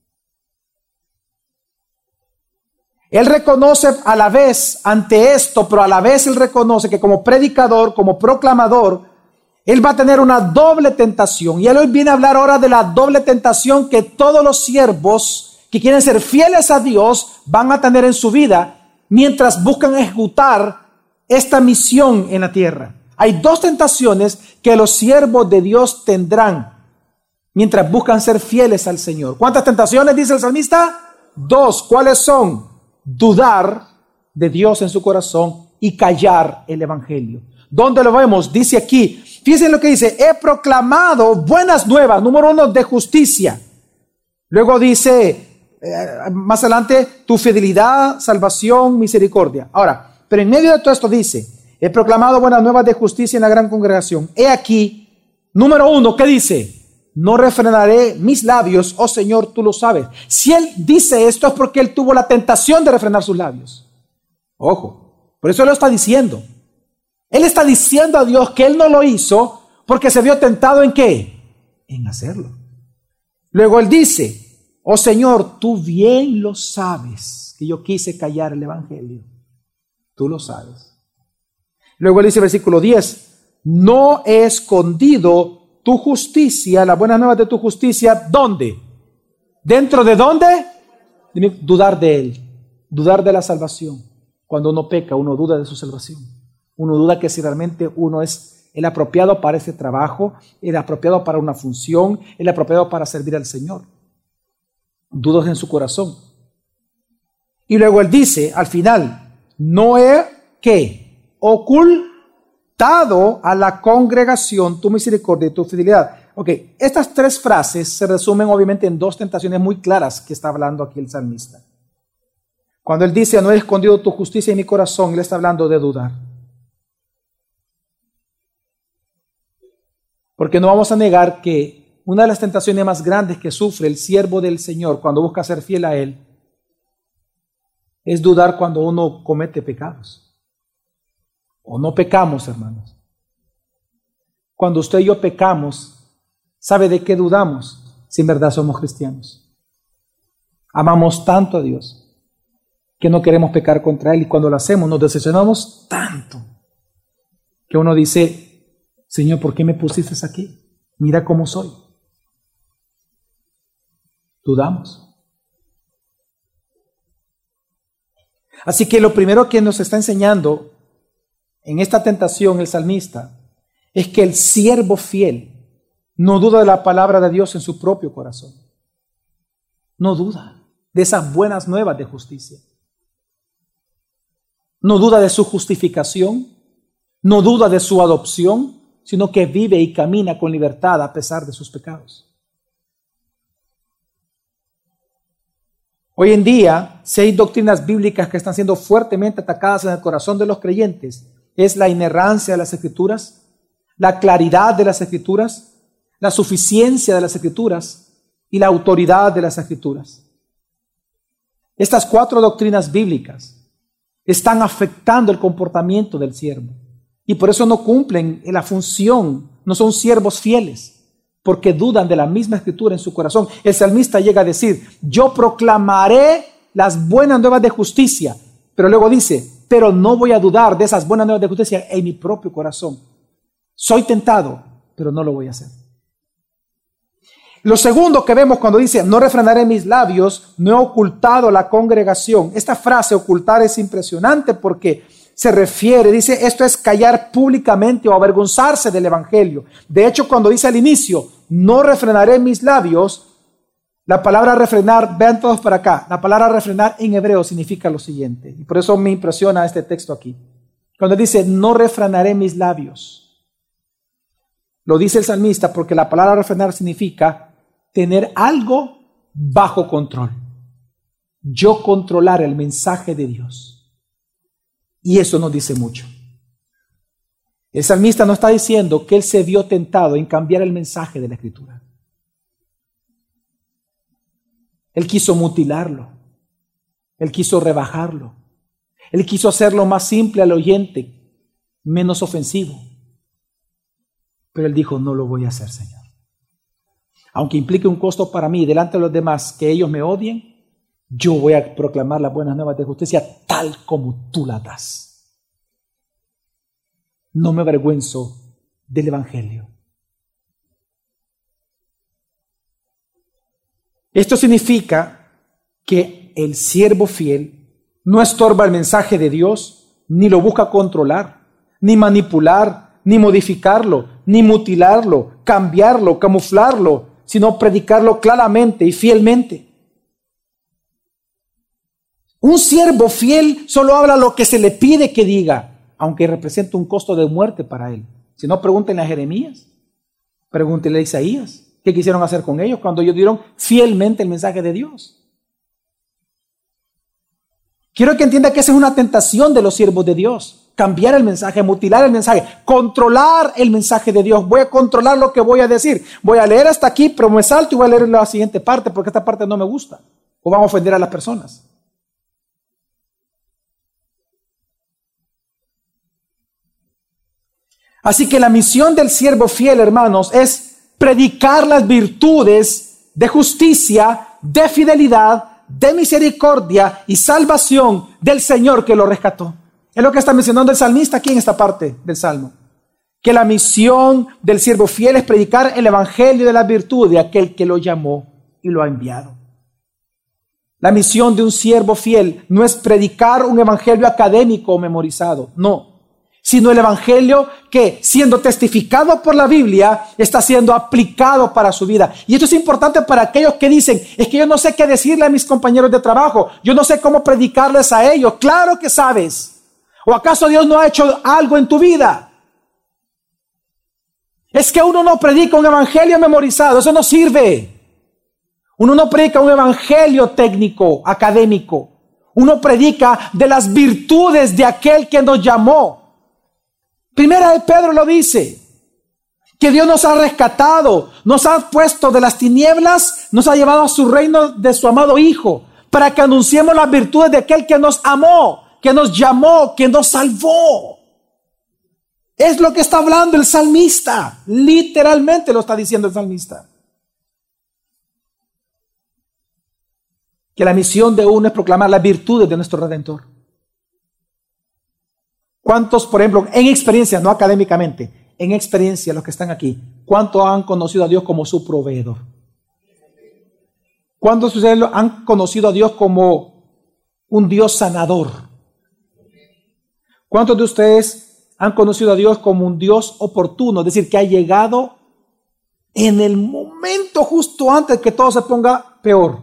Él reconoce a la vez ante esto, pero a la vez Él reconoce que como predicador, como proclamador, Él va a tener una doble tentación. Y Él hoy viene a hablar ahora de la doble tentación que todos los siervos que quieren ser fieles a Dios van a tener en su vida mientras buscan ejecutar esta misión en la tierra. Hay dos tentaciones que los siervos de Dios tendrán mientras buscan ser fieles al Señor. ¿Cuántas tentaciones dice el salmista? Dos. ¿Cuáles son? Dudar de Dios en su corazón y callar el evangelio. ¿Dónde lo vemos? Dice aquí, fíjense lo que dice: he proclamado buenas nuevas, número uno, de justicia. Luego dice, eh, más adelante, tu fidelidad, salvación, misericordia. Ahora, pero en medio de todo esto dice, he proclamado buenas nuevas de justicia en la gran congregación. He aquí, número uno, ¿qué dice? No refrenaré mis labios, oh Señor, tú lo sabes. Si Él dice esto es porque Él tuvo la tentación de refrenar sus labios. Ojo, por eso Él lo está diciendo. Él está diciendo a Dios que Él no lo hizo porque se vio tentado ¿en qué? En hacerlo. Luego Él dice, oh Señor, tú bien lo sabes que yo quise callar el evangelio. Tú lo sabes. Luego Él dice, versículo diez, no he escondido tu justicia, las buenas nuevas de tu justicia, ¿dónde? ¿Dentro de dónde? Dudar de Él, dudar de la salvación. Cuando uno peca, uno duda de su salvación. Uno duda que si realmente uno es el apropiado para ese trabajo, el apropiado para una función, el apropiado para servir al Señor. Dudas en su corazón. Y luego Él dice, al final, no he, ¿qué? Ocultado a la congregación tu misericordia y tu fidelidad. Ok, estas tres frases se resumen obviamente en dos tentaciones muy claras que está hablando aquí el salmista. Cuando él dice, no he escondido tu justicia en mi corazón, él está hablando de dudar. Porque no vamos a negar que una de las tentaciones más grandes que sufre el siervo del Señor cuando busca ser fiel a Él es dudar cuando uno comete pecados. O no pecamos, hermanos. Cuando usted y yo pecamos, ¿sabe de qué dudamos? Si en verdad somos cristianos. Amamos tanto a Dios que no queremos pecar contra Él, y cuando lo hacemos nos decepcionamos tanto que uno dice, Señor, ¿por qué me pusiste aquí? Mira cómo soy. Dudamos. Así que lo primero que nos está enseñando en esta tentación el salmista es que el siervo fiel no duda de la palabra de Dios en su propio corazón. No duda de esas buenas nuevas de justicia. No duda de su justificación, no duda de su adopción, sino que vive y camina con libertad a pesar de sus pecados. Hoy en día, si hay doctrinas bíblicas que están siendo fuertemente atacadas en el corazón de los creyentes, es la inerrancia de las Escrituras, la claridad de las Escrituras, la suficiencia de las Escrituras y la autoridad de las Escrituras. Estas cuatro doctrinas bíblicas están afectando el comportamiento del siervo y por eso no cumplen la función, no son siervos fieles, porque dudan de la misma Escritura en su corazón. El salmista llega a decir, yo proclamaré las buenas nuevas de justicia, pero luego dice, pero no voy a dudar de esas buenas nuevas de justicia en mi propio corazón. Soy tentado, pero no lo voy a hacer. Lo segundo que vemos cuando dice, no refrenaré mis labios, no he ocultado la congregación. Esta frase ocultar es impresionante porque se refiere, dice, esto es callar públicamente o avergonzarse del evangelio. De hecho, cuando dice al inicio, no refrenaré mis labios, la palabra refrenar, vean todos para acá, la palabra refrenar en hebreo significa lo siguiente, y por eso me impresiona este texto aquí. Cuando dice, no refrenaré mis labios, lo dice el salmista porque la palabra refrenar significa tener algo bajo control. Yo controlar el mensaje de Dios. Y eso nos dice mucho. El salmista no está diciendo que él se vio tentado en cambiar el mensaje de la Escritura. Él quiso mutilarlo. Él quiso rebajarlo. Él quiso hacerlo más simple al oyente, menos ofensivo. Pero él dijo, no lo voy a hacer, Señor. Aunque implique un costo para mí delante de los demás, que ellos me odien, yo voy a proclamar las buenas nuevas de justicia tal como tú las das. No me avergüenzo del Evangelio. Esto significa que el siervo fiel no estorba el mensaje de Dios, ni lo busca controlar, ni manipular, ni modificarlo, ni mutilarlo, cambiarlo, camuflarlo, sino predicarlo claramente y fielmente. Un siervo fiel solo habla lo que se le pide que diga, aunque representa un costo de muerte para él. Si no, pregúntenle a Jeremías, pregúntenle a Isaías. ¿Qué quisieron hacer con ellos cuando ellos dieron fielmente el mensaje de Dios? Quiero que entienda que esa es una tentación de los siervos de Dios. Cambiar el mensaje, mutilar el mensaje, controlar el mensaje de Dios. Voy a controlar lo que voy a decir. Voy a leer hasta aquí, pero me salto y voy a leer la siguiente parte porque esta parte no me gusta. O van a ofender a las personas. Así que la misión del siervo fiel, hermanos, es predicar las virtudes de justicia, de fidelidad, de misericordia y salvación del Señor que lo rescató. Es lo que está mencionando el salmista aquí en esta parte del Salmo. Que la misión del siervo fiel es predicar el evangelio de la virtud de aquel que lo llamó y lo ha enviado. La misión de un siervo fiel no es predicar un evangelio académico o memorizado, no. Sino el evangelio que, siendo testificado por la Biblia, está siendo aplicado para su vida. Y esto es importante para aquellos que dicen, es que yo no sé qué decirle a mis compañeros de trabajo, yo no sé cómo predicarles a ellos. Claro que sabes. ¿O acaso Dios no ha hecho algo en tu vida? Es que uno no predica un evangelio memorizado, eso no sirve. Uno no predica un evangelio técnico, académico. Uno predica de las virtudes de aquel que nos llamó. Primera de Pedro lo dice, que Dios nos ha rescatado, nos ha puesto de las tinieblas, nos ha llevado a su reino de su amado Hijo, para que anunciemos las virtudes de aquel que nos amó, que nos llamó, que nos salvó. Es lo que está hablando el salmista, literalmente lo está diciendo el salmista. Que la misión de uno es proclamar las virtudes de nuestro Redentor. ¿Cuántos, por ejemplo, en experiencia, no académicamente, en experiencia, los que están aquí, cuántos han conocido a Dios como su proveedor? ¿Cuántos de ustedes han conocido a Dios como un Dios sanador? ¿Cuántos de ustedes han conocido a Dios como un Dios oportuno? Es decir, que ha llegado en el momento justo antes que todo se ponga peor.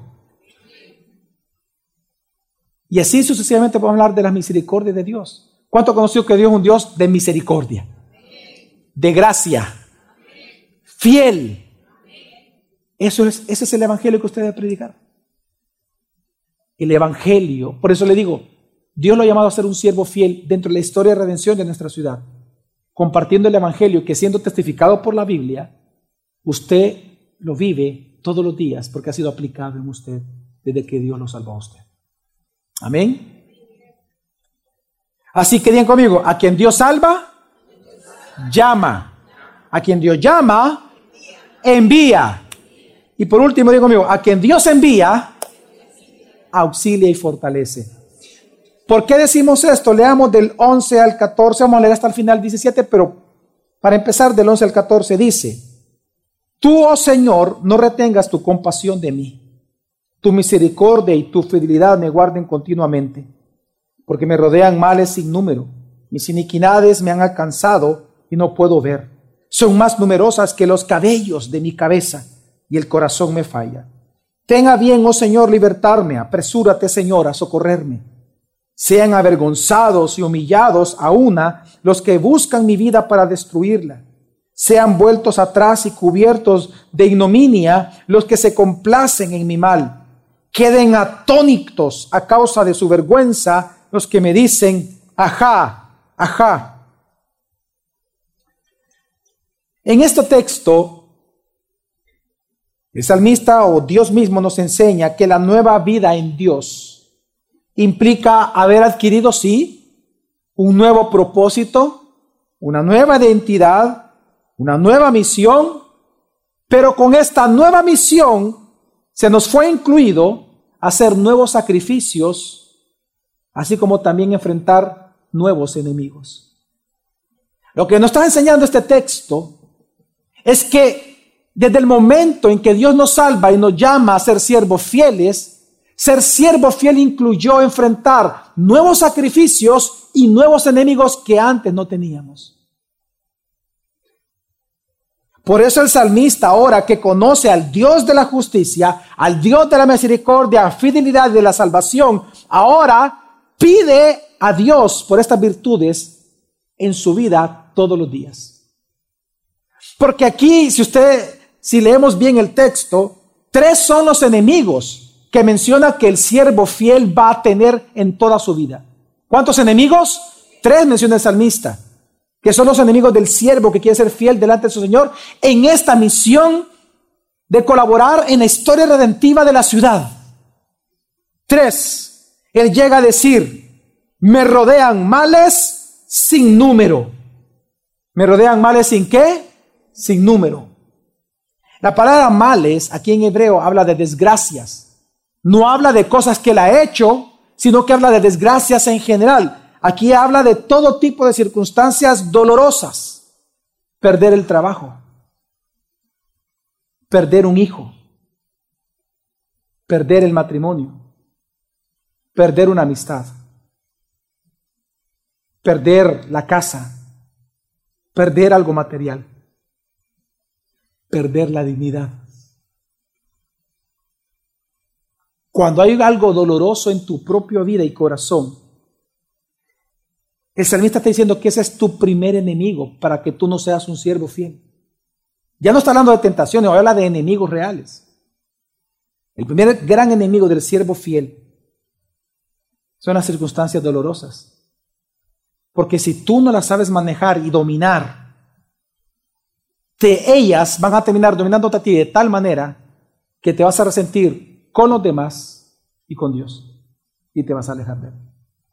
Y así sucesivamente podemos hablar de la misericordia de Dios. ¿Cuánto ha conocido que Dios es un Dios de misericordia, de gracia, fiel? Eso es, ese es el evangelio que usted debe predicar. El evangelio, por eso le digo, Dios lo ha llamado a ser un siervo fiel dentro de la historia de redención de nuestra ciudad, compartiendo el evangelio que, siendo testificado por la Biblia, usted lo vive todos los días porque ha sido aplicado en usted desde que Dios lo salvó a usted. Amén. Así que digan conmigo, a quien Dios salva, llama. A quien Dios llama, envía. Y por último, digan conmigo, a quien Dios envía, auxilia y fortalece. ¿Por qué decimos esto? Leamos del once al catorce, vamos a leer hasta el final diecisiete, pero para empezar del once al catorce dice, tú, oh Señor, no retengas tu compasión de mí. Tu misericordia y tu fidelidad me guarden continuamente. Porque me rodean males sin número. Mis iniquidades me han alcanzado y no puedo ver. Son más numerosas que los cabellos de mi cabeza y el corazón me falla. Tenga bien, oh Señor, libertarme. Apresúrate, Señor, a socorrerme. Sean avergonzados y humillados a una los que buscan mi vida para destruirla. Sean vueltos atrás y cubiertos de ignominia los que se complacen en mi mal. Queden atónitos a causa de su vergüenza los que me dicen, ajá, ajá. En este texto El salmista o Dios mismo nos enseña que la nueva vida en Dios implica haber adquirido, sí, un nuevo propósito, una nueva identidad, una nueva misión, pero con esta nueva misión se nos fue incluido hacer nuevos sacrificios, así como también enfrentar nuevos enemigos. Lo que nos está enseñando este texto es que desde el momento en que Dios nos salva y nos llama a ser siervos fieles, ser siervo fiel incluyó enfrentar nuevos sacrificios y nuevos enemigos que antes no teníamos. Por eso el salmista, ahora que conoce al Dios de la justicia, al Dios de la misericordia, fidelidad y de la salvación, ahora pide a Dios por estas virtudes en su vida todos los días. Porque aquí, si usted, si leemos bien el texto, tres son los enemigos que menciona que el siervo fiel va a tener en toda su vida. ¿Cuántos enemigos? Tres menciona el salmista, que son los enemigos del siervo que quiere ser fiel delante de su Señor en esta misión de colaborar en la historia redentiva de la ciudad. Tres, él llega a decir, me rodean males sin número. ¿Me rodean males sin qué? Sin número. La palabra males aquí en hebreo habla de desgracias. No habla de cosas que él ha hecho, sino que habla de desgracias en general. Aquí habla de todo tipo de circunstancias dolorosas. Perder el trabajo, perder un hijo, perder el matrimonio, perder una amistad, perder la casa, perder algo material, perder la dignidad. Cuando hay algo doloroso en tu propia vida y corazón, el salmista está diciendo que ese es tu primer enemigo para que tú no seas un siervo fiel. Ya no está hablando de tentaciones, habla de enemigos reales. El primer gran enemigo del siervo fiel son las circunstancias dolorosas. Porque si tú no las sabes manejar y dominar, de ellas van a terminar dominándote a ti de tal manera que te vas a resentir con los demás y con Dios, y te vas a alejar de él.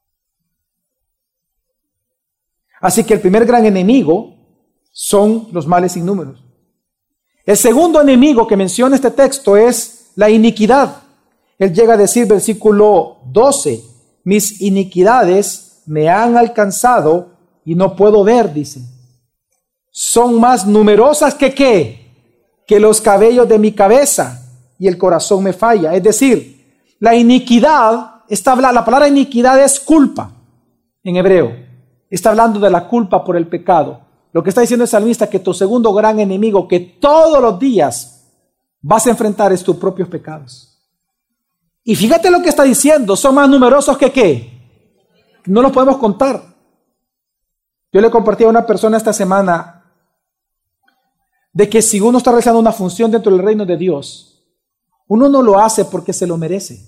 Así que el primer gran enemigo son los males sin números. El segundo enemigo que menciona este texto es la iniquidad. Él llega a decir, versículo doce, mis iniquidades me han alcanzado y no puedo ver, dice. Son más numerosas que qué, que los cabellos de mi cabeza, y el corazón me falla. Es decir, la iniquidad, está, la palabra iniquidad es culpa en hebreo. Está hablando de la culpa por el pecado. Lo que está diciendo el salmista, que tu segundo gran enemigo que todos los días vas a enfrentar es tus propios pecados. Y fíjate lo que está diciendo, son más numerosos que qué. No los podemos contar. Yo le compartí a una persona esta semana de que si uno está realizando una función dentro del reino de Dios, uno no lo hace porque se lo merece.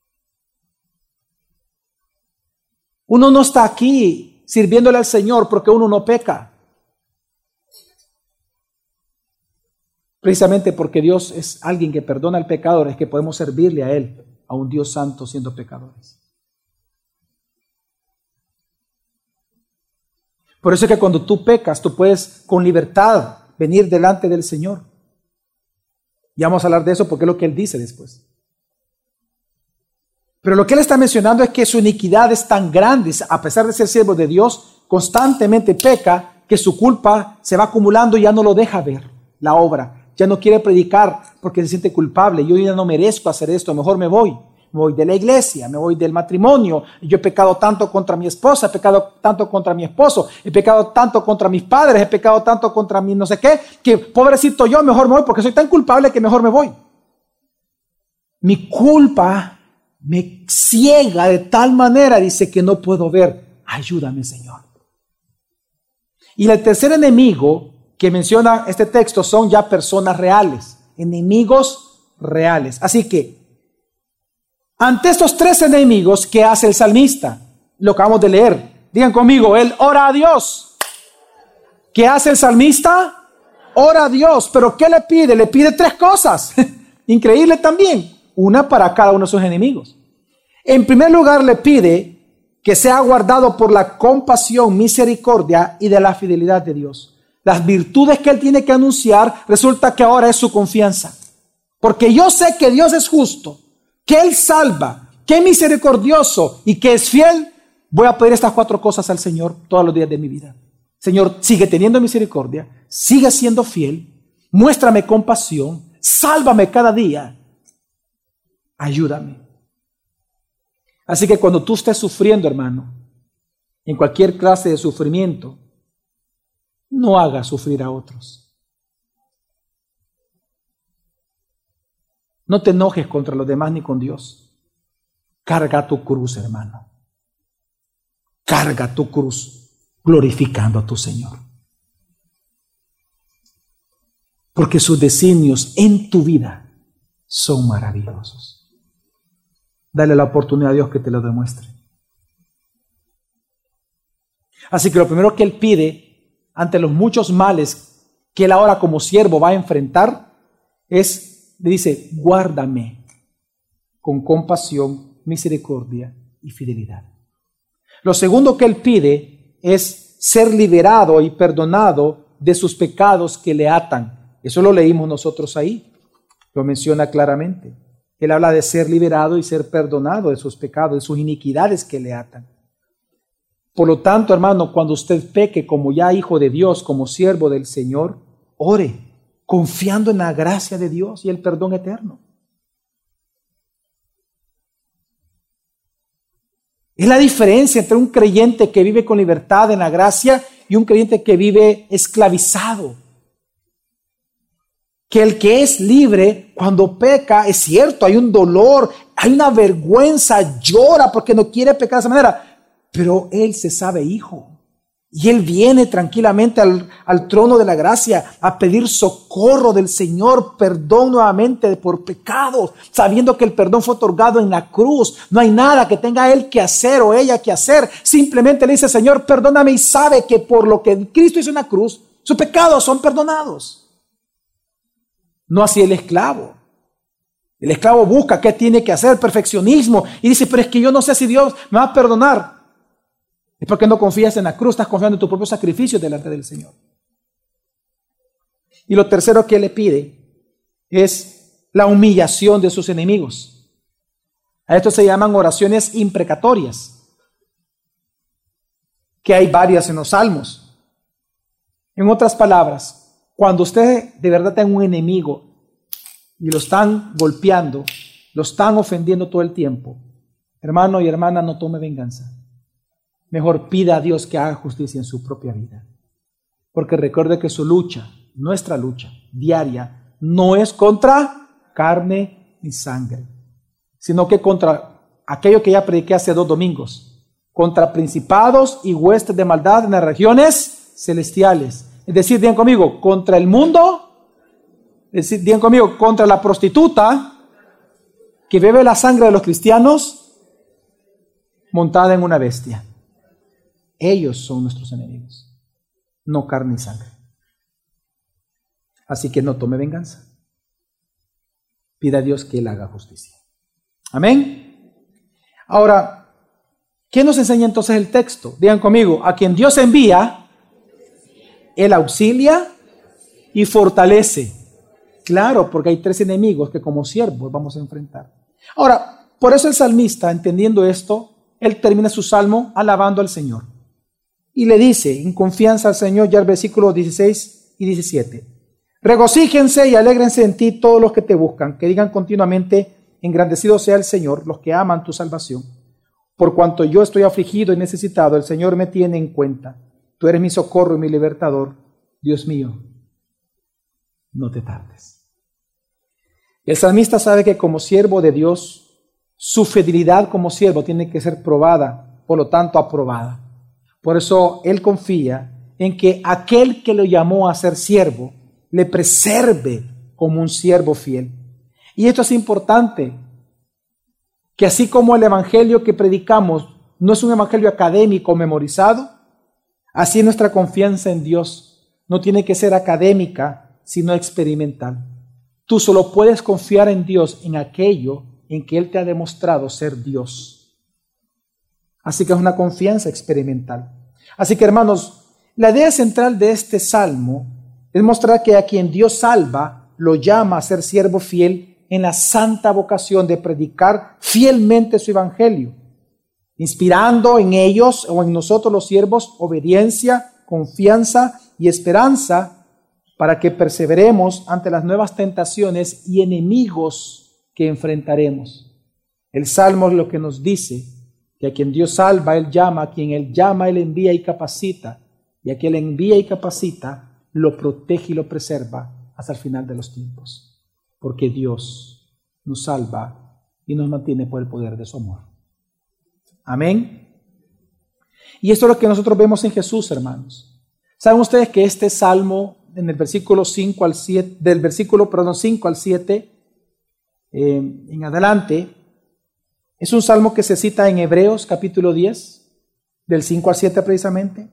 Uno no está aquí sirviéndole al Señor porque uno no peca. Precisamente porque Dios es alguien que perdona al pecador, es que podemos servirle a Él, a un Dios santo siendo pecadores. Por eso es que cuando tú pecas, tú puedes con libertad venir delante del Señor. Y vamos a hablar de eso porque es lo que Él dice después. Pero lo que Él está mencionando es que su iniquidad es tan grande, a pesar de ser siervo de Dios, constantemente peca, que su culpa se va acumulando y ya no lo deja ver la obra. Ya no quiere predicar porque se siente culpable. Yo ya no merezco hacer esto, mejor me voy. Me voy de la iglesia, me voy del matrimonio. Yo he pecado tanto contra mi esposa, he pecado tanto contra mi esposo, he pecado tanto contra mis padres, he pecado tanto contra mi no sé qué, que pobrecito yo, mejor me voy porque soy tan culpable que mejor me voy. Mi culpa me ciega de tal manera, dice, que no puedo ver. Ayúdame, Señor. Y el tercer enemigo que menciona este texto son ya personas reales, enemigos reales. Así que, ante estos tres enemigos, ¿qué hace el salmista? Lo acabamos de leer. Digan conmigo, él ora a Dios. ¿Qué hace el salmista? Ora a Dios. ¿Pero qué le pide? Le pide tres cosas. Increíble también, una para cada uno de sus enemigos. En primer lugar, le pide que sea guardado por la compasión, misericordia y de la fidelidad de Dios. Las virtudes que él tiene que anunciar, resulta que ahora es su confianza. Porque yo sé que Dios es justo, que Él salva, que es misericordioso y que es fiel. Voy a pedir estas cuatro cosas al Señor todos los días de mi vida. Señor, sigue teniendo misericordia, sigue siendo fiel, muéstrame compasión, sálvame cada día, ayúdame. Así que cuando tú estés sufriendo, hermano, en cualquier clase de sufrimiento, no hagas sufrir a otros. No te enojes contra los demás ni con Dios. Carga tu cruz, hermano. Carga tu cruz, glorificando a tu Señor. Porque sus designios en tu vida son maravillosos. Dale la oportunidad a Dios que te lo demuestre. Así que lo primero que Él pide ante los muchos males que Él ahora como siervo va a enfrentar es, le dice, guárdame con compasión, misericordia y fidelidad. Lo segundo que Él pide es ser liberado y perdonado de sus pecados que le atan. Eso lo leímos nosotros ahí. Lo menciona claramente. Él habla de ser liberado y ser perdonado de sus pecados, de sus iniquidades que le atan. Por lo tanto, hermano, cuando usted peque como ya hijo de Dios, como siervo del Señor, ore, confiando en la gracia de Dios y el perdón eterno. Es la diferencia entre un creyente que vive con libertad en la gracia y un creyente que vive esclavizado. Que el que es libre cuando peca, es cierto, hay un dolor, hay una vergüenza, llora porque no quiere pecar de esa manera, pero él se sabe hijo. Y él viene tranquilamente al, al trono de la gracia a pedir socorro del Señor, perdón nuevamente por pecados, sabiendo que el perdón fue otorgado en la cruz. No hay nada que tenga él que hacer o ella que hacer. Simplemente le dice, Señor, perdóname, y sabe que por lo que Cristo hizo en la cruz, sus pecados son perdonados. No así el esclavo. El esclavo busca qué tiene que hacer, perfeccionismo, y dice, pero es que yo no sé si Dios me va a perdonar. Es porque no confías en la cruz, estás confiando en tu propio sacrificio delante del Señor. Y lo tercero que le pide es la humillación de sus enemigos. A esto se llaman oraciones imprecatorias, que hay varias en los Salmos. En otras palabras, cuando usted de verdad tenga un enemigo y lo están golpeando, lo están ofendiendo todo el tiempo, hermano y hermana, no tome venganza. Mejor pida a Dios que haga justicia en su propia vida. Porque recuerde que su lucha, nuestra lucha diaria, no es contra carne ni sangre, sino que contra aquello que ya prediqué hace dos domingos, contra principados y huestes de maldad en las regiones celestiales. Es decir, digan conmigo, contra el mundo, es decir, digan conmigo, contra la prostituta que bebe la sangre de los cristianos montada en una bestia. Ellos son nuestros enemigos, no carne y sangre. Así que no tome venganza. Pida a Dios que Él haga justicia. Amén. Ahora, ¿qué nos enseña entonces el texto? Digan conmigo, a quien Dios envía, Él auxilia y fortalece. Claro, porque hay tres enemigos que como siervos vamos a enfrentar. Ahora, por eso el salmista, entendiendo esto, él termina su salmo alabando al Señor. Y le dice, en confianza al Señor, ya el versículo dieciséis y diecisiete. Regocíjense y alégrense en ti todos los que te buscan, que digan continuamente, engrandecido sea el Señor, los que aman tu salvación. Por cuanto yo estoy afligido y necesitado, el Señor me tiene en cuenta. Tú eres mi socorro y mi libertador. Dios mío, no te tardes. El salmista sabe que como siervo de Dios, su fidelidad como siervo tiene que ser probada, por lo tanto aprobada. Por eso él confía en que aquel que lo llamó a ser siervo le preserve como un siervo fiel. Y esto es importante, que así como el evangelio que predicamos no es un evangelio académico memorizado, así nuestra confianza en Dios no tiene que ser académica, sino experimental. Tú solo puedes confiar en Dios en aquello en que Él te ha demostrado ser Dios. Así que es una confianza experimental. Así que, hermanos, la idea central de este salmo es mostrar que a quien Dios salva lo llama a ser siervo fiel en la santa vocación de predicar fielmente su evangelio, inspirando en ellos o en nosotros los siervos obediencia, confianza y esperanza para que perseveremos ante las nuevas tentaciones y enemigos que enfrentaremos. El Salmo es lo que nos dice que a quien Dios salva, Él llama, a quien Él llama, Él envía y capacita, y a quien Él envía y capacita, lo protege y lo preserva hasta el final de los tiempos, porque Dios nos salva y nos mantiene por el poder de su amor. Amén. Y esto es lo que nosotros vemos en Jesús, hermanos. ¿Saben ustedes que este Salmo, en el versículo cinco al siete, del versículo, perdón, cinco al siete, eh, en adelante, es un salmo que se cita en Hebreos capítulo diez, del cinco al siete precisamente?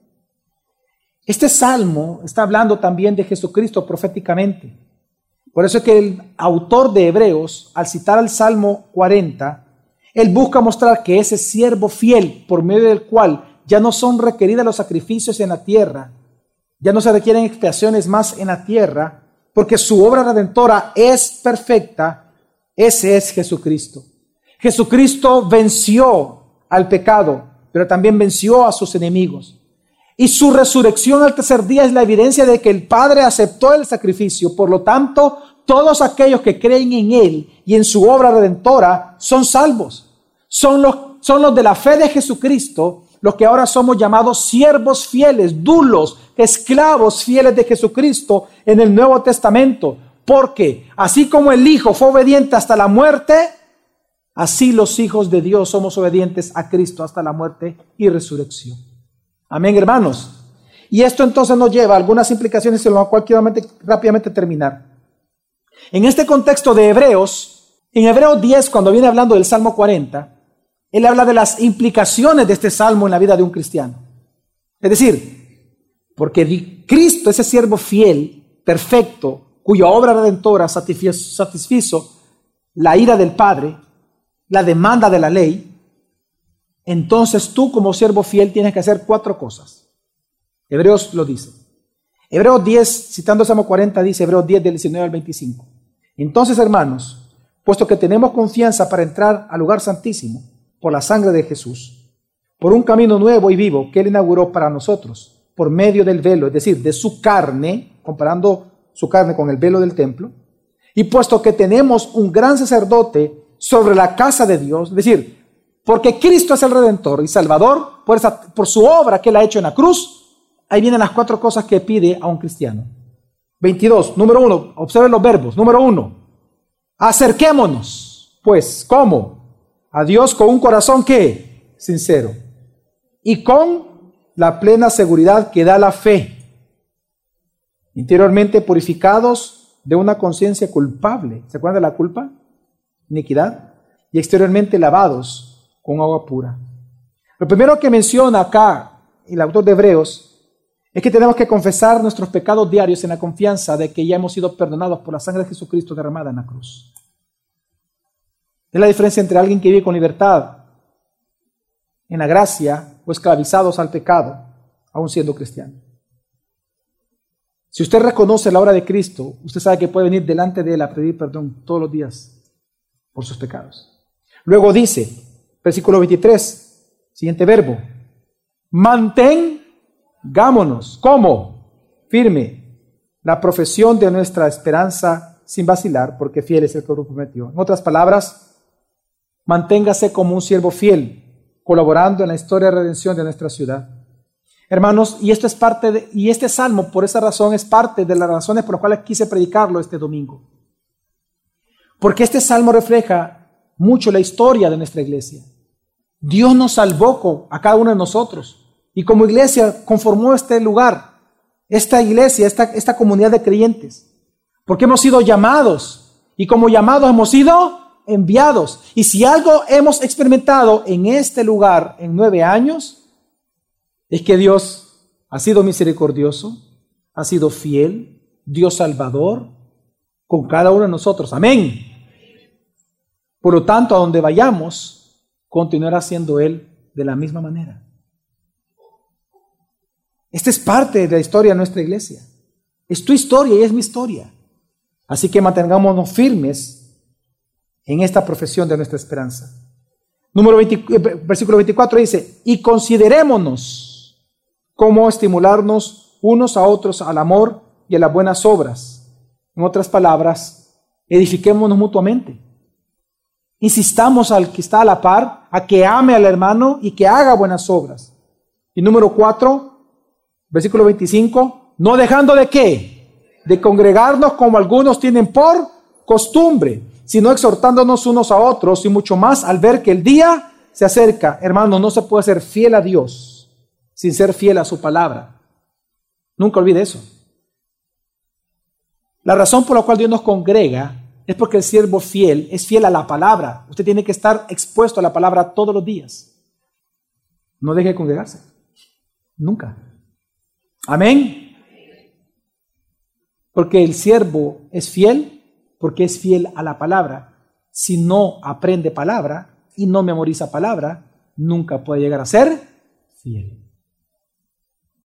Este salmo está hablando también de Jesucristo proféticamente. Por eso es que el autor de Hebreos, al citar al Salmo cuarenta, él busca mostrar que ese siervo fiel, por medio del cual ya no son requeridos los sacrificios en la tierra, ya no se requieren expiaciones más en la tierra, porque su obra redentora es perfecta. Ese es Jesucristo. Jesucristo venció al pecado, pero también venció a sus enemigos. Y su resurrección al tercer día es la evidencia de que el Padre aceptó el sacrificio. Por lo tanto, todos aquellos que creen en Él y en su obra redentora son salvos. Son los, son los de la fe de Jesucristo, los que ahora somos llamados siervos fieles, dulos, esclavos fieles de Jesucristo en el Nuevo Testamento. Porque así como el Hijo fue obediente hasta la muerte, así los hijos de Dios somos obedientes a Cristo hasta la muerte y resurrección. Amén, hermanos. Y esto entonces nos lleva a algunas implicaciones en las cuales quiero rápidamente terminar. En este contexto de Hebreos, en Hebreos diez, cuando viene hablando del Salmo cuarenta, él habla de las implicaciones de este salmo en la vida de un cristiano. Es decir, porque Cristo, ese siervo fiel, perfecto, cuya obra redentora satisfizo la ira del Padre, la demanda de la ley, entonces tú como siervo fiel tienes que hacer cuatro cosas. Hebreos lo dice. Hebreos diez, citando Salmo cuarenta, dice Hebreos diez del diecinueve al veinticinco. Entonces, hermanos, puesto que tenemos confianza para entrar al lugar santísimo por la sangre de Jesús, por un camino nuevo y vivo que Él inauguró para nosotros, por medio del velo, es decir, de su carne, comparando su carne con el velo del templo, y puesto que tenemos un gran sacerdote sobre la casa de Dios, es decir, porque Cristo es el Redentor y Salvador, por, esa, por su obra que Él ha hecho en la cruz, ahí vienen las cuatro cosas que pide a un cristiano. veintidós, número uno, observen los verbos. Número uno, acerquémonos, pues, ¿cómo? A Dios con un corazón, ¿qué? Sincero. Y con la plena seguridad que da la fe. Interiormente purificados de una conciencia culpable. ¿Se acuerdan de la culpa? Iniquidad. Y exteriormente lavados con agua pura. Lo primero que menciona acá el autor de Hebreos es que tenemos que confesar nuestros pecados diarios en la confianza de que ya hemos sido perdonados por la sangre de Jesucristo derramada en la cruz. Es la diferencia entre alguien que vive con libertad en la gracia o esclavizados al pecado, aún siendo cristiano. Si usted reconoce la obra de Cristo, usted sabe que puede venir delante de Él a pedir perdón todos los días por sus pecados. Luego dice, versículo veintitrés, siguiente verbo, mantengámonos, ¿cómo? Firme, la profesión de nuestra esperanza sin vacilar, porque fiel es el que lo prometió. En otras palabras, manténgase como un siervo fiel, colaborando en la historia de redención de nuestra ciudad. Hermanos, y esto es parte de, y este salmo, por esa razón, es parte de las razones por las cuales quise predicarlo este domingo. Porque este salmo refleja mucho la historia de nuestra iglesia. Dios nos salvó a cada uno de nosotros y como iglesia conformó este lugar, esta iglesia, esta, esta comunidad de creyentes, porque hemos sido llamados y como llamados hemos sido enviados. Y si algo hemos experimentado en este lugar en nueve años, es que Dios ha sido misericordioso, ha sido fiel, Dios salvador, con cada uno de nosotros. Amén. Por lo tanto, a donde vayamos, continuará siendo Él de la misma manera. Esta es parte de la historia de nuestra iglesia. Es tu historia y es mi historia. Así que mantengámonos firmes en esta profesión de nuestra esperanza. Número veinte, versículo veinticuatro dice, y considerémonos cómo estimularnos unos a otros al amor y a las buenas obras. En otras palabras, edifiquémonos mutuamente. Insistamos al que está a la par a que ame al hermano y que haga buenas obras. Y número cuatro, versículo veinticinco, no dejando de qué, de congregarnos como algunos tienen por costumbre, sino exhortándonos unos a otros y mucho más al ver que el día se acerca. Hermanos, no se puede ser fiel a Dios sin ser fiel a su palabra. Nunca olvide eso. La razón por la cual Dios nos congrega es porque el siervo fiel es fiel a la palabra. Usted tiene que estar expuesto a la palabra todos los días. No deje de congregarse. Nunca. Amén. Porque el siervo es fiel porque es fiel a la palabra. Si no aprende palabra y no memoriza palabra, nunca puede llegar a ser fiel.